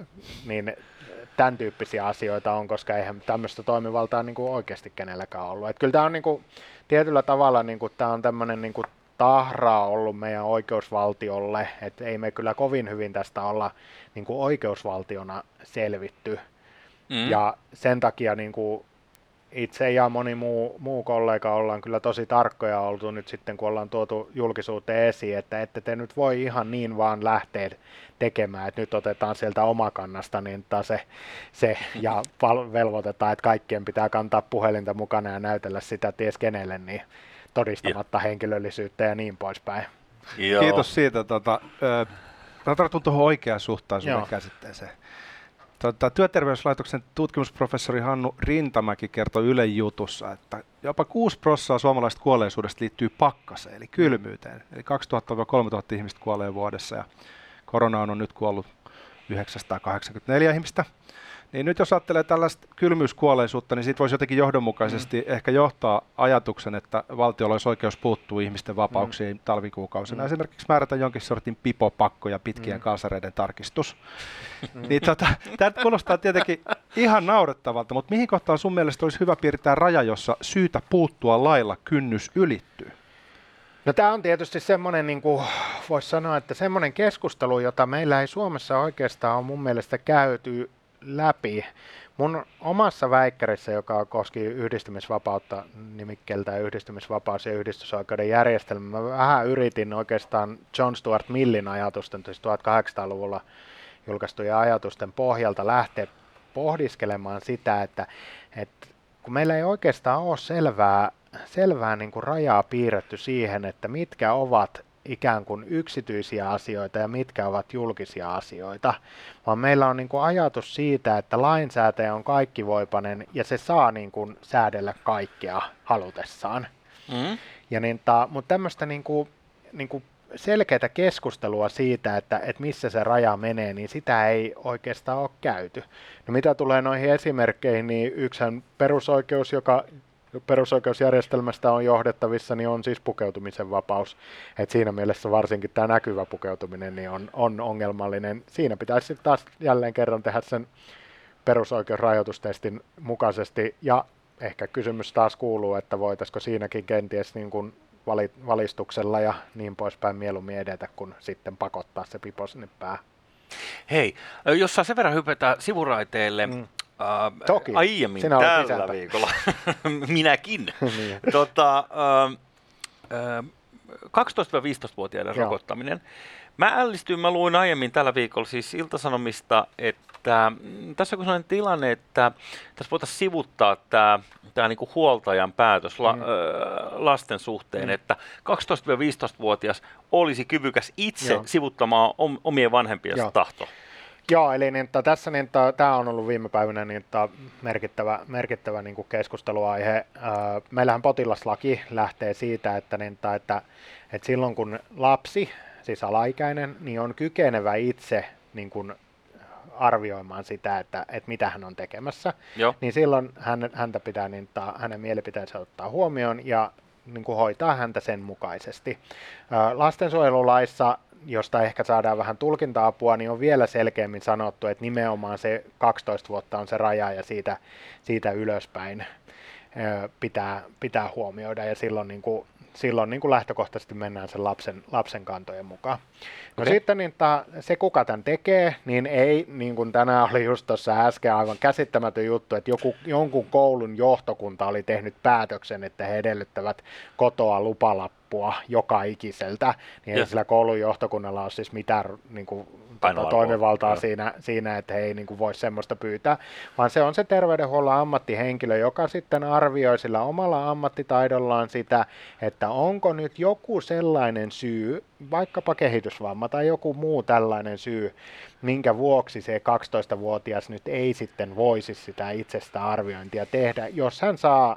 tämän tyyppisiä asioita on, koska eihän tämmöistä toimivaltaa niin kuin oikeasti kenelläkään ollut. Että kyllä tämä on niin kuin, tietyllä tavalla niin kuin, tämä on tämmöinen niin kuin tahraa ollut meidän oikeusvaltiolle, että ei me kyllä kovin hyvin tästä olla niin kuin oikeusvaltiona selvitty. Ja sen takia niin kuin itse ja moni muu kollega ollaan kyllä tosi tarkkoja oltu nyt sitten, kun ollaan tuotu julkisuuteen esiin, että ette te nyt voi ihan niin vaan lähteä tekemään, että nyt otetaan sieltä omakannasta niin se ja velvoitetaan, että kaikkien pitää kantaa puhelinta mukana ja näytellä sitä ties kenelle, niin todistamatta henkilöllisyyttä ja niin poispäin. Joo. Kiitos siitä. Mä tartun tuohon oikeasuhtaisuuden käsitteeseen. Työterveyslaitoksen tutkimusprofessori Hannu Rintamäki kertoi Ylen jutussa, että jopa 6% suomalaisesta kuolleisuudesta liittyy pakkaseen, eli kylmyyteen. Eli 2000-3000 ihmistä kuolee vuodessa, ja koronaan on nyt kuollut 984 ihmistä. Niin nyt jos ajattelee tällaista kylmyyskuolleisuutta, niin siitä voisi jotenkin johdonmukaisesti ehkä johtaa ajatuksen, että valtiolla olisi oikeus puuttua ihmisten vapauksiin talvikuukausina. Esimerkiksi määrätä jonkin sortin pipopakko ja pitkien kalsareiden tarkistus. Niin tämä kuulostaa tietenkin ihan naurettavalta, mutta mihin kohtaan sun mielestä olisi hyvä piirtää raja, jossa syytä puuttua lailla kynnys ylittyy? No tämä on tietysti semmoinen, niin kuin voisi sanoa, että semmoinen keskustelu, jota meillä ei Suomessa oikeastaan ole mun mielestä käyty läpi. Mun omassa väikkärissä, joka koski yhdistymisvapautta nimikkeeltä yhdistymisvapaus- ja yhdistysoikeuden järjestelmä, mä vähän yritin oikeastaan John Stuart Millin ajatusten, siis 1800-luvulla julkaistujen ajatusten pohjalta lähteä pohdiskelemaan sitä, että kun meillä ei oikeastaan ole selvää niin kuin rajaa piirretty siihen, että mitkä ovat ikään kuin yksityisiä asioita ja mitkä ovat julkisia asioita, vaan meillä on niin kuin ajatus siitä, että lainsäätäjä on kaikkivoipainen ja se saa niin kuin säädellä kaikkea halutessaan. Ja mutta tämmöistä niin kuin selkeää keskustelua siitä, että missä se raja menee, niin sitä ei oikeastaan ole käyty. No mitä tulee noihin esimerkkeihin, niin yksihän perusoikeus, joka perusoikeusjärjestelmästä on johdettavissa, niin on siis pukeutumisen vapaus. Et siinä mielessä varsinkin tämä näkyvä pukeutuminen niin on ongelmallinen. Siinä pitäisi taas jälleen kerran tehdä sen perusoikeusrajoitustestin mukaisesti. Ja ehkä kysymys taas kuuluu, että voitaisiko siinäkin kenties niin kuin valistuksella ja niin poispäin mieluummin edetä, kun sitten pakottaa se pipo sinne päähän. Hei, jos saa sen verran hypätä sivuraiteelle, Toki. Aiemmin Sinä olet tällä isäntä. viikolla, minäkin, Niin. 12-15-vuotiaiden rokottaminen. Mä luin aiemmin tällä viikolla siis Ilta-Sanomista, että tässä on sellainen tilanne, että tässä voitaisiin sivuttaa tämä niinku huoltajan päätös lasten suhteen, että 12-15-vuotias olisi kyvykäs itse sivuttamaan omien vanhempiensa tahtoa. Joo, eli tässä tämä on ollut viime päivinä merkittävä niin kuin keskusteluaihe. Meillähän potilaslaki lähtee siitä, että silloin kun lapsi, siis alaikäinen, niin on kykenevä itse niin kuin arvioimaan sitä, että mitä hän on tekemässä, niin silloin häntä pitää hänen mielipiteensä ottaa huomioon ja niin kuin hoitaa häntä sen mukaisesti. Lastensuojelulaissa, josta ehkä saadaan vähän tulkinta-apua, niin on vielä selkeämmin sanottu, että nimenomaan se 12 vuotta on se raja ja siitä ylöspäin pitää huomioida ja silloin niin kuin lähtökohtaisesti mennään sen lapsen kantojen mukaan. No sitten se, kuka tämän tekee, niin ei, niin kuin tänään oli just tuossa äsken aivan käsittämätön juttu, että jonkun koulun johtokunta oli tehnyt päätöksen, että he edellyttävät kotoa lupalappua joka ikiseltä, niin ei sillä koulun johtokunnalla ole siis mitään niin kuin, toimivaltaa siinä, että he ei niin kuin voi semmoista pyytää, vaan se on se terveydenhuollon ammattihenkilö, joka sitten arvioi sillä omalla ammattitaidollaan sitä, että onko nyt joku sellainen syy, vaikkapa kehitysvamma tai joku muu tällainen syy, minkä vuoksi se 12-vuotias nyt ei sitten voisi sitä itsestä arviointia tehdä, jos hän saa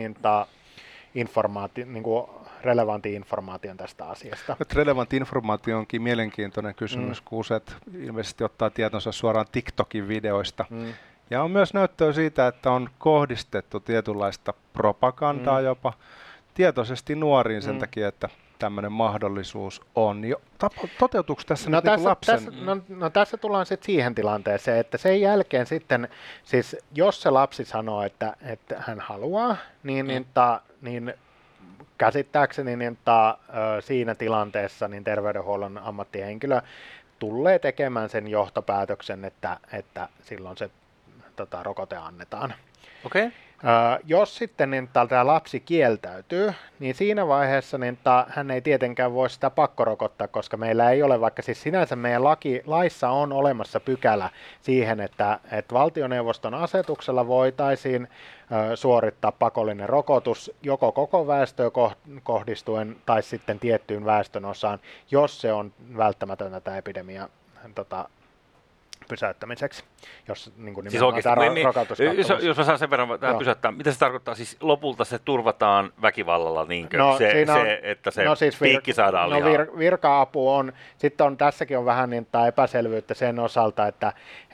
relevantin informaation tästä asiasta. Nyt relevantti informaatio onkin mielenkiintoinen kysymys, kun useat ilmeisesti ottaa tietonsa suoraan TikTokin videoista. Ja on myös näyttöä siitä, että on kohdistettu tietynlaista propagandaa jopa tietoisesti nuoriin sen takia, että tämmöinen mahdollisuus on. Toteutuuko tässä lapsen? Tässä tullaan sitten siihen tilanteeseen, että sen jälkeen sitten, siis jos se lapsi sanoo, että hän haluaa, niin käsittääkseni siinä tilanteessa niin terveydenhuollon ammattihenkilö tulee tekemään sen johtopäätöksen, että silloin se rokote annetaan. Okay. Jos sitten tämä lapsi kieltäytyy, niin siinä vaiheessa hän ei tietenkään voi sitä pakkorokottaa, koska meillä ei ole, vaikka siis sinänsä meidän laissa on olemassa pykälä siihen, että valtioneuvoston asetuksella voitaisiin suorittaa pakollinen rokotus joko koko väestöön kohdistuen tai sitten tiettyyn väestönosaan, jos se on välttämätöntä tämä epidemia pysäyttämiseksi, jos niin kuin Siis oikeasti, jos mä saan sen verran tähän pysäyttää, mitä se tarkoittaa? Siis lopulta se turvataan väkivallalla, niinkö? Että se piikki saadaan lihaan. Virka-apu on, sitten on tässäkin on vähän niin epäselvyyttä sen osalta, että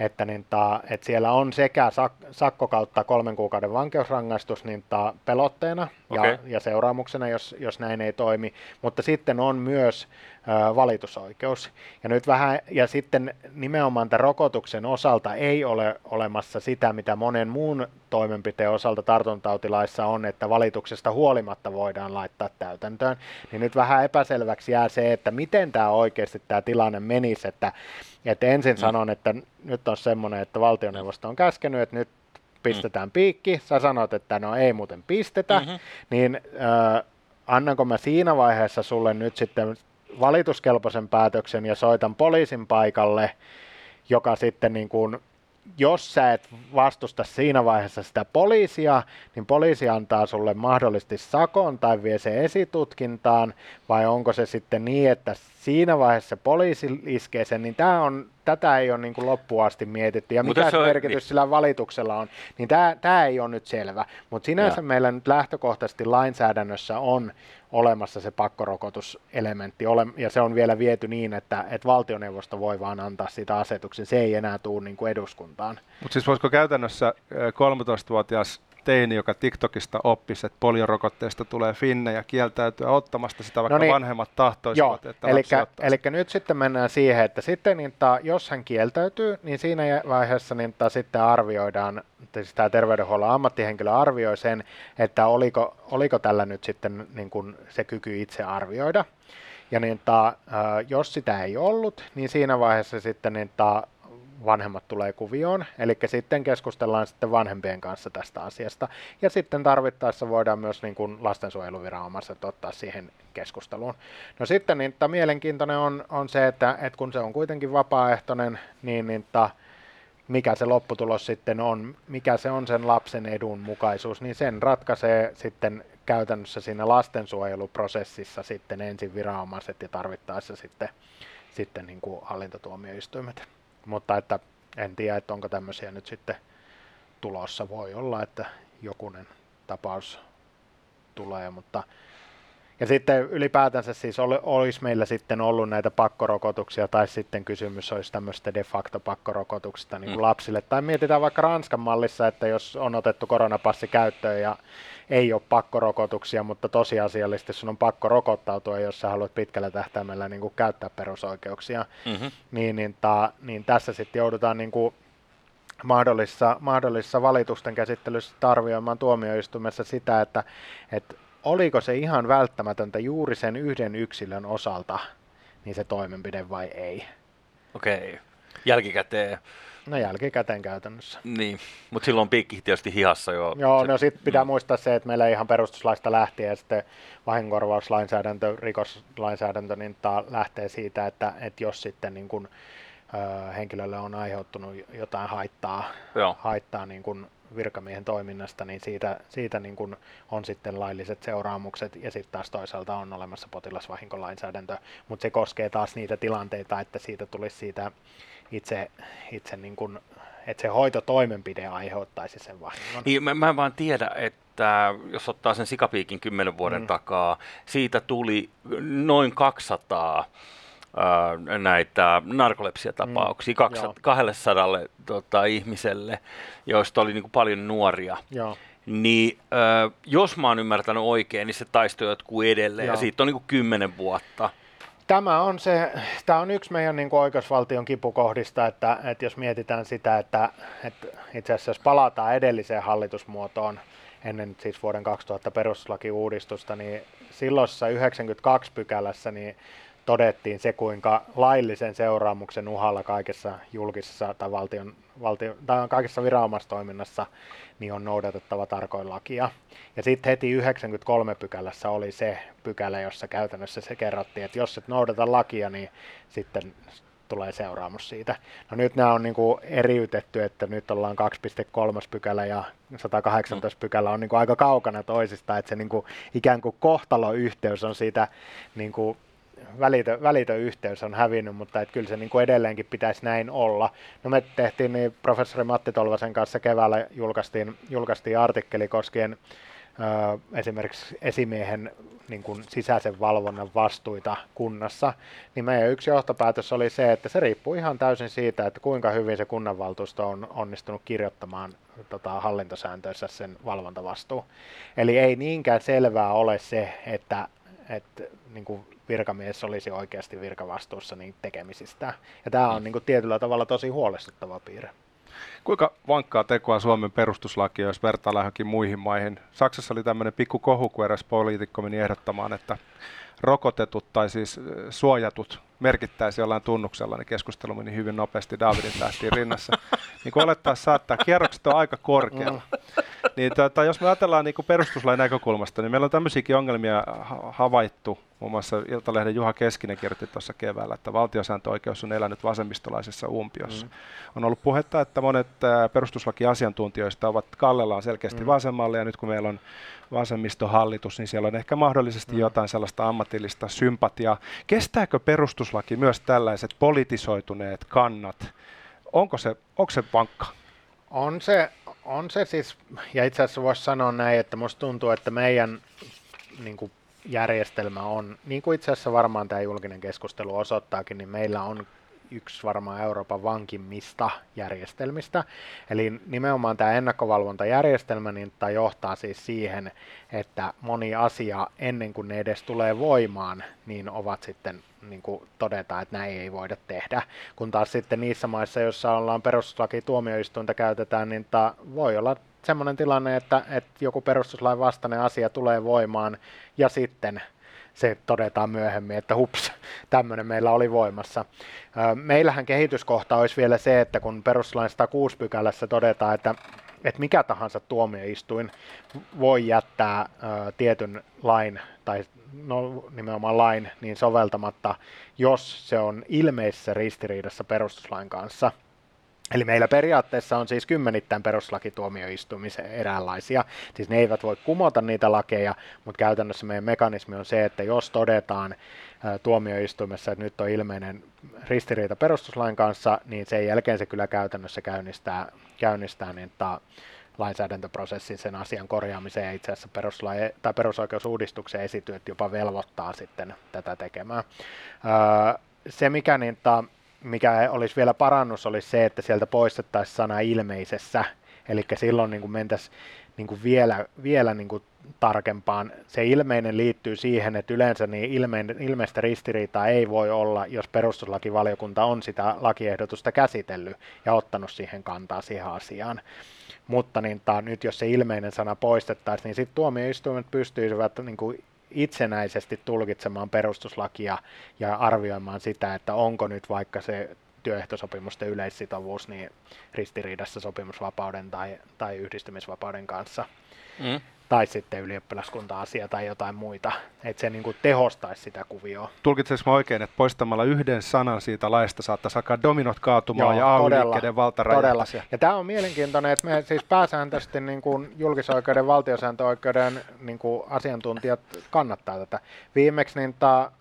siellä on sekä sakko kautta 3 kuukauden vankeusrangaistus pelotteena ja seuraamuksena, jos näin ei toimi, mutta sitten on myös valitusoikeus. Ja sitten nimenomaan tämän rokotuksen osalta ei ole olemassa sitä, mitä monen muun toimenpiteen osalta tartuntatautilaissa on, että valituksesta huolimatta voidaan laittaa täytäntöön. Niin nyt vähän epäselväksi jää se, että miten tämä oikeasti tämä tilanne menisi, että ensin sanon, että nyt on semmoinen, että valtioneuvosto on käskenyt, että nyt pistetään piikki, sä sanot, että no ei muuten pistetä, niin annanko mä siinä vaiheessa sulle nyt sitten valituskelpoisen päätöksen ja soitan poliisin paikalle, joka sitten niin kuin, jos sä et vastusta siinä vaiheessa sitä poliisia, niin poliisi antaa sulle mahdollisesti sakon tai vie se esitutkintaan, vai onko se sitten niin, että siinä vaiheessa poliisi iskee sen, niin tätä ei ole niin kuin loppuun asti mietitty, ja mikä se merkitys sillä valituksella on, niin tämä ei ole nyt selvä, mutta sinänsä meillä nyt lähtökohtaisesti lainsäädännössä on olemassa se pakkorokotuselementti, ja se on vielä viety niin, että valtioneuvosto voi vaan antaa siitä asetuksen, se ei enää tule niin kuin eduskuntaan. Mutta siis voisiko käytännössä 13-vuotias teini, joka TikTokista oppisi, että poliorokotteesta tulee finne ja kieltäytyä ottamasta sitä, vaikka vanhemmat tahtoisivat, että lapsi ottaa. Eli nyt sitten mennään siihen, että sitten jos hän kieltäytyy, niin siinä vaiheessa sitten arvioidaan, siis tämä terveydenhuollon ammattihenkilö arvioi sen, että oliko tällä nyt sitten niin kuin se kyky itse arvioida. Ja jos sitä ei ollut, niin siinä vaiheessa sitten vanhemmat tulee kuvioon, eli sitten keskustellaan sitten vanhempien kanssa tästä asiasta, ja sitten tarvittaessa voidaan myös niin kuin lastensuojeluviranomaiset ottaa siihen keskusteluun. No sitten mielenkiintoinen on se, että kun se on kuitenkin vapaaehtoinen, niin mikä se lopputulos sitten on, mikä se on sen lapsen edun mukaisuus, niin sen ratkaisee sitten käytännössä siinä lastensuojeluprosessissa sitten ensin viranomaiset ja tarvittaessa sitten niin kuin hallintotuomioistuimet. Mutta että en tiedä, että onko tämmöisiä nyt sitten tulossa. Voi olla, että jokunen tapaus tulee, mutta ja sitten ylipäätänsä siis olisi meillä sitten ollut näitä pakkorokotuksia, tai sitten kysymys olisi tämmöistä de facto pakkorokotuksista niin kuin lapsille. Tai mietitään vaikka Ranskan mallissa, että jos on otettu koronapassi käyttöön ja ei ole pakkorokotuksia, mutta tosiasiallisesti sun on pakko rokottautua, jos sä haluat pitkällä tähtäimellä niin kuin käyttää perusoikeuksia, niin tässä sitten joudutaan niin kuin mahdollisissa valitusten käsittelyssä arvioimaan tuomioistuimessa sitä, että oliko se ihan välttämätöntä juuri sen yhden yksilön osalta, niin se toimenpide vai ei. Okei. Jälkikäteen. No jälkikäteen käytännössä. Niin, mutta silloin on piikki tietysti hihassa jo. Joo, no sitten pitää muistaa se, että meillä ihan perustuslaista lähtien ja sitten vahingonkorvauslainsäädäntö, rikoslainsäädäntö, niin lähtee siitä, että jos sitten niin kun, henkilölle on aiheuttunut jotain haittaa niin kun virkamiehen toiminnasta, niin siitä niin kun on sitten lailliset seuraamukset, ja sitten taas toisaalta on olemassa potilasvahinkolainsäädäntö, mutta se koskee taas niitä tilanteita, että siitä tulisi siitä itse niin kun, että se hoitotoimenpide aiheuttaisi sen vahingon. Niin, mä en vaan tiedä, että jos ottaa sen sikapiikin 10 vuoden takaa, siitä tuli noin 200 näitä narkolepsiatapauksia 200 ihmiselle, joista oli niin kuin paljon nuoria. Joo. Niin jos mä oon ymmärtänyt oikein, niin se taisto jatkuu edelleen, ja siitä on niin kuin 10 vuotta. Tämä on yksi meidän niin kuin oikeusvaltion kipukohdista, että jos mietitään sitä, että itse asiassa jos palataan edelliseen hallitusmuotoon ennen siis vuoden 2000 perustuslakiuudistusta, niin silloisessa 92 pykälässä niin todettiin se, kuinka laillisen seuraamuksen uhalla kaikessa julkisessa tai tai kaikessa viranomaistoiminnassa niin on noudatettava tarkoin lakia. Ja sitten heti 93 pykälässä oli se pykälä, jossa käytännössä se kerrottiin, että jos et noudata lakia, niin sitten tulee seuraamus siitä. No nyt nämä on niin kuin eriytetty, että nyt ollaan 2.3 pykälä ja 118 pykälä on niin kuin aika kaukana toisistaan, että se niin kuin ikään kuin kohtaloyhteys on siitä niin kuin välitön yhteys on hävinnyt, mutta että kyllä se niin kuin edelleenkin pitäisi näin olla. No me tehtiin niin professori Matti Tolvasen kanssa keväällä julkaistiin artikkeli koskien esimerkiksi esimiehen niin kuin sisäisen valvonnan vastuita kunnassa, niin meidän yksi johtopäätös oli se, että se riippuu ihan täysin siitä, että kuinka hyvin se kunnanvaltuusto on onnistunut kirjoittamaan hallintosääntöissä sen valvontavastuu. Eli ei niinkään selvää ole se, että niin kuin virkamies olisi oikeasti virkavastuussa niin tekemisistä. Ja tämä on niin kuin tietyllä tavalla tosi huolestuttava piirre. Kuinka vankkaa tekoa Suomen perustuslaki, jos vertaillaan johonkin muihin maihin? Saksassa oli tämmöinen pikku kohu, kun eräs poliitikko meni ehdottamaan, että rokotetut tai siis suojatut merkittäisiin jollain tunnuksella, niin keskustelu meni hyvin nopeasti Davidin tähtiin rinnassa. Niin kuin olettaa saattaa, kierrokset on aika korkealla. Niin jos me ajatellaan niin kuin perustuslain näkökulmasta, niin meillä on tämmöisiäkin ongelmia havaittu. Muun muassa Iltalehden Juha Keskinen kirjoitti tuossa keväällä, että valtiosääntöoikeus on elänyt vasemmistolaisessa umpiossa. On ollut puhetta, että monet perustuslakiasiantuntijoista ovat kallellaan selkeästi vasemmalle, ja nyt kun meillä on vasemmistohallitus, niin siellä on ehkä mahdollisesti jotain sellaista ammatillista sympatiaa. Kestääkö perustuslaki myös tällaiset politisoituneet kannat? Onko se vankka? On se siis, ja itse asiassa voisi sanoa näin, että musta tuntuu, että meidän niin kuin järjestelmä on, niin kuin itse asiassa varmaan tämä julkinen keskustelu osoittaakin, niin meillä on yksi varmaan Euroopan vankimmista järjestelmistä. Eli nimenomaan tämä ennakkovalvontajärjestelmä niin johtaa siis siihen, että moni asia ennen kuin ne edes tulee voimaan, niin ovat sitten niin kuin todetaan, että näin ei voida tehdä. Kun taas sitten niissä maissa, joissa ollaan perustuslaki-tuomioistuinta käytetään, niin voi olla semmoinen tilanne, että joku perustuslain vastainen asia tulee voimaan ja sitten se todetaan myöhemmin, että hups, tämmöinen meillä oli voimassa. Meillähän kehityskohta olisi vielä se, että kun perustuslain 106 pykälässä todetaan, että mikä tahansa tuomioistuin voi jättää tietyn lain tai nimenomaan lain niin soveltamatta, jos se on ilmeisessä ristiriidassa perustuslain kanssa. Eli meillä periaatteessa on siis kymmenittäin perustuslakituomioistuimissa eräänlaisia. Siis ne eivät voi kumota niitä lakeja, mutta käytännössä meidän mekanismi on se, että jos todetaan tuomioistuimessa, että nyt on ilmeinen ristiriita perustuslain kanssa, niin sen jälkeen se kyllä käytännössä käynnistää niin lainsäädäntöprosessin sen asian korjaamiseen ja itse asiassa perusoikeusuudistuksen esityöt jopa velvoittaa sitten tätä tekemään. Se mikä olisi vielä parannus, olisi se, että sieltä poistettaisiin sana ilmeisessä, eli silloin niin kuin mentäisiin niin kuin vielä niin kuin tarkempaan. Se ilmeinen liittyy siihen, että yleensä niin ilmeistä ristiriitaa ei voi olla, jos perustuslakivaliokunta on sitä lakiehdotusta käsitellyt ja ottanut siihen kantaa siihen asiaan. Mutta nyt jos se ilmeinen sana poistettaisiin, niin sitten tuomioistuimet pystyisivät niin kuin itsenäisesti tulkitsemaan perustuslakia ja arvioimaan sitä, että onko nyt vaikka se työehtosopimusten yleissitovuus niin ristiriidassa sopimusvapauden tai yhdistymisvapauden kanssa. Tai sitten ylioppilaskunta-asia tai jotain muita, että se niin kuin tehostaisi sitä kuvioa. Tulkitseeko mä oikein, että poistamalla yhden sanan siitä laista saattaisi alkaa dominot kaatumaan ja AY-liikkeiden valta räjähtäisi? Ja tämä on mielenkiintoinen, että me siis pääsääntöisesti niin kuin julkisoikeuden, valtiosääntöoikeuden niin kuin asiantuntijat kannattaa tätä. Viimeksi niin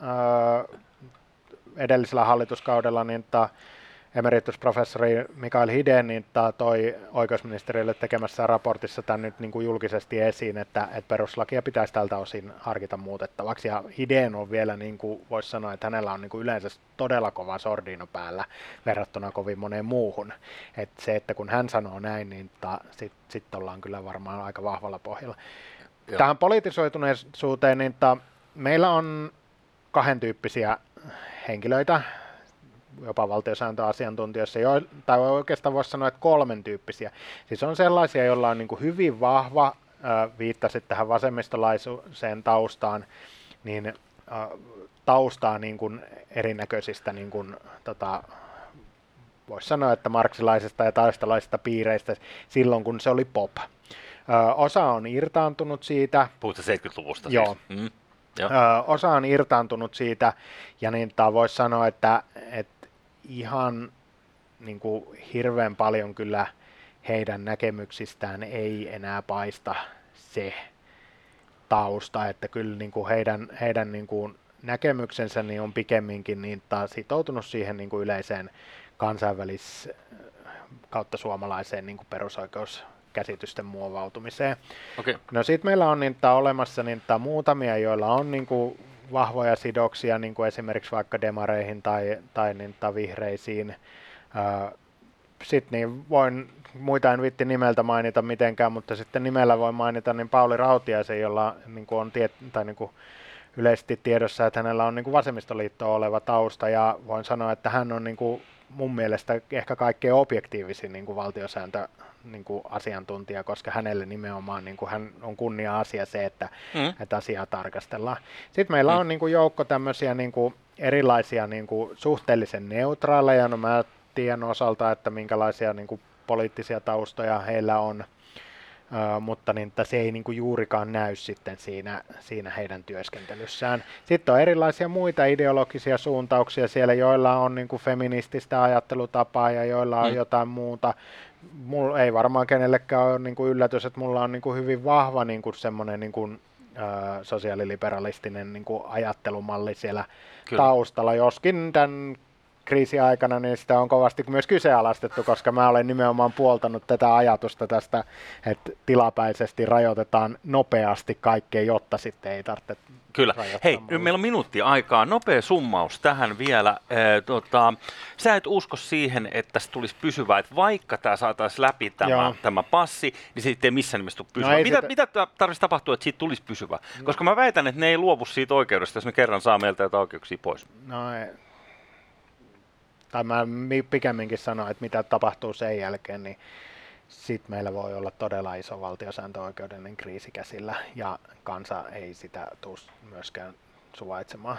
edellisellä hallituskaudella niin emeritusprofessori Mikael Hidén niin toi oikeusministeriölle tekemässä raportissa tämän nyt niin kuin julkisesti esiin, että perustuslakia pitäisi tältä osin harkita muutettavaksi. Ja Hidén on vielä, niin kuin voisi sanoa, että hänellä on niin kuin yleensä todella kova sordiino päällä verrattuna kovin moneen muuhun. Että se, että kun hän sanoo näin, niin sitten ollaan kyllä varmaan aika vahvalla pohjalla. Joo. Tähän politisoituneisuuteen, niin meillä on kahden tyyppisiä henkilöitä, jopa valtiosääntöasiantuntijoissa, tai oikeastaan voisi sanoa, että kolmen tyyppisiä. Siis on sellaisia, joilla on niin kuin hyvin vahva, viittasit tähän vasemmistolaiseen taustaan, niin taustaa niin kuin erinäköisistä, niin kuin, voisi sanoa, että marksilaisista ja taistalaisista piireistä silloin, kun se oli pop. Osa on irtaantunut siitä. Puhutte 70-luvusta siis. Joo. Osa on irtaantunut siitä, ja niin voisi sanoa, että ihan niin kuin hirveän paljon kyllä heidän näkemyksistään ei enää paista se tausta, että kyllä niin kuin heidän niin kuin näkemyksensä, niin on pikemminkin niin taas sitoutunut siihen niin kuin yleiseen kautta suomalaiseen niin kuin perusoikeuskäsitysten muovautumiseen. Okay. No sitten meillä on niin olemassa niin muutamia, joilla on niin kuin vahvoja sidoksia, niin kuin esimerkiksi vaikka demareihin tai niin vihreisiin. Sitten niin muita en viitti nimeltä mainita mitenkään, mutta sitten nimellä voi mainita niin Pauli Rautiaisen, jolla niin kuin on niin kuin yleisesti tiedossa, että hänellä on niin kuin vasemmistoliittoon oleva tausta, ja voin sanoa, että hän on niin kuin mun mielestä ehkä kaikkein objektiivisin niin kuin valtiosääntö niin kuin asiantuntija, koska hänelle nimenomaan niin kuin hän on kunnia-asia se, että asiaa tarkastellaan. Sitten meillä on niin kuin joukko tämmöisiä niin kuin erilaisia niin kuin suhteellisen neutraaleja, no mä tiedän osalta, että minkälaisia niin kuin poliittisia taustoja heillä on, mutta niin, se ei niin kuin juurikaan näy sitten siinä heidän työskentelyssään. Sitten on erilaisia muita ideologisia suuntauksia siellä, joilla on niin kuin feminististä ajattelutapaa ja joilla on jotain muuta. Mulla ei varmaan kenellekään ole niin kuin yllätys, että mulla on niin kuin hyvin vahva niin kuin semmoinen niin kuin, sosiaaliliberalistinen niin kuin ajattelumalli siellä taustalla, joskin tämän kriisiaikana niin sitä on kovasti myös kyseenalaistettu, koska mä olen nimenomaan puoltanut tätä ajatusta tästä, että tilapäisesti rajoitetaan nopeasti kaikkea, jotta sitten ei tarvitse Kyllä. Hei, nyt meillä on minuutti aikaa. Nopea summaus tähän vielä. Sä et usko siihen, että se tulisi pysyvää, että vaikka tämä saataisiin läpi tämä passi, niin se ei missään nimessä tule pysyvää. Mitä tarvitsisi tapahtua, että siitä tulisi pysyvää? Koska mä väitän, että ne ei luovu siitä oikeudesta, jos ne kerran saa meiltä jotain oikeuksia pois. No ei. Tai mä pikemminkin sanon, että mitä tapahtuu sen jälkeen, niin sitten meillä voi olla todella iso valtiosääntöoikeudellinen kriisi käsillä, ja kansa ei sitä tule myöskään suvaitsemaan.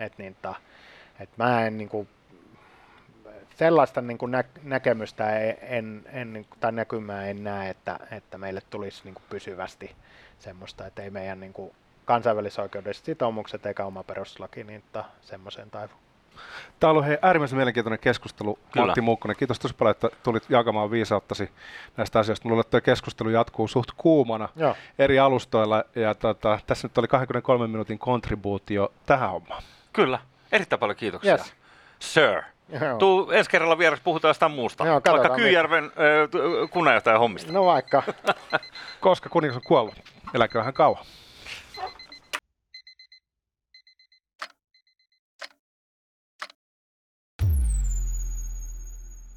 Mä en niinku, sellaista niinku näkemystä tai näkymää en näe, että meille tulisi niinku pysyvästi semmoista, että ei meidän niinku kansainvälisoikeudelliset sitoumukset eikä oma perustuslaki niin semmoiseen taivu. Tämä on ollut äärimmäisen mielenkiintoinen keskustelu, Matti Muukkonen. Kiitos tosi paljon, että tulit jakamaan viisauttasi näistä asioista. Luulen, että tuo keskustelu jatkuu suht kuumana eri alustoilla. Ja tässä nyt oli 23 minuutin kontribuutio tähän hommaan. Kyllä, erittäin paljon kiitoksia. Yes. Sir. Tuu ensi kerralla vieressä, puhutaan jostain muusta. Joo, vaikka Kyyjärven kunnanjohtajan hommista. No vaikka. Koska kuningas on kuollut, eläköön hän kauan.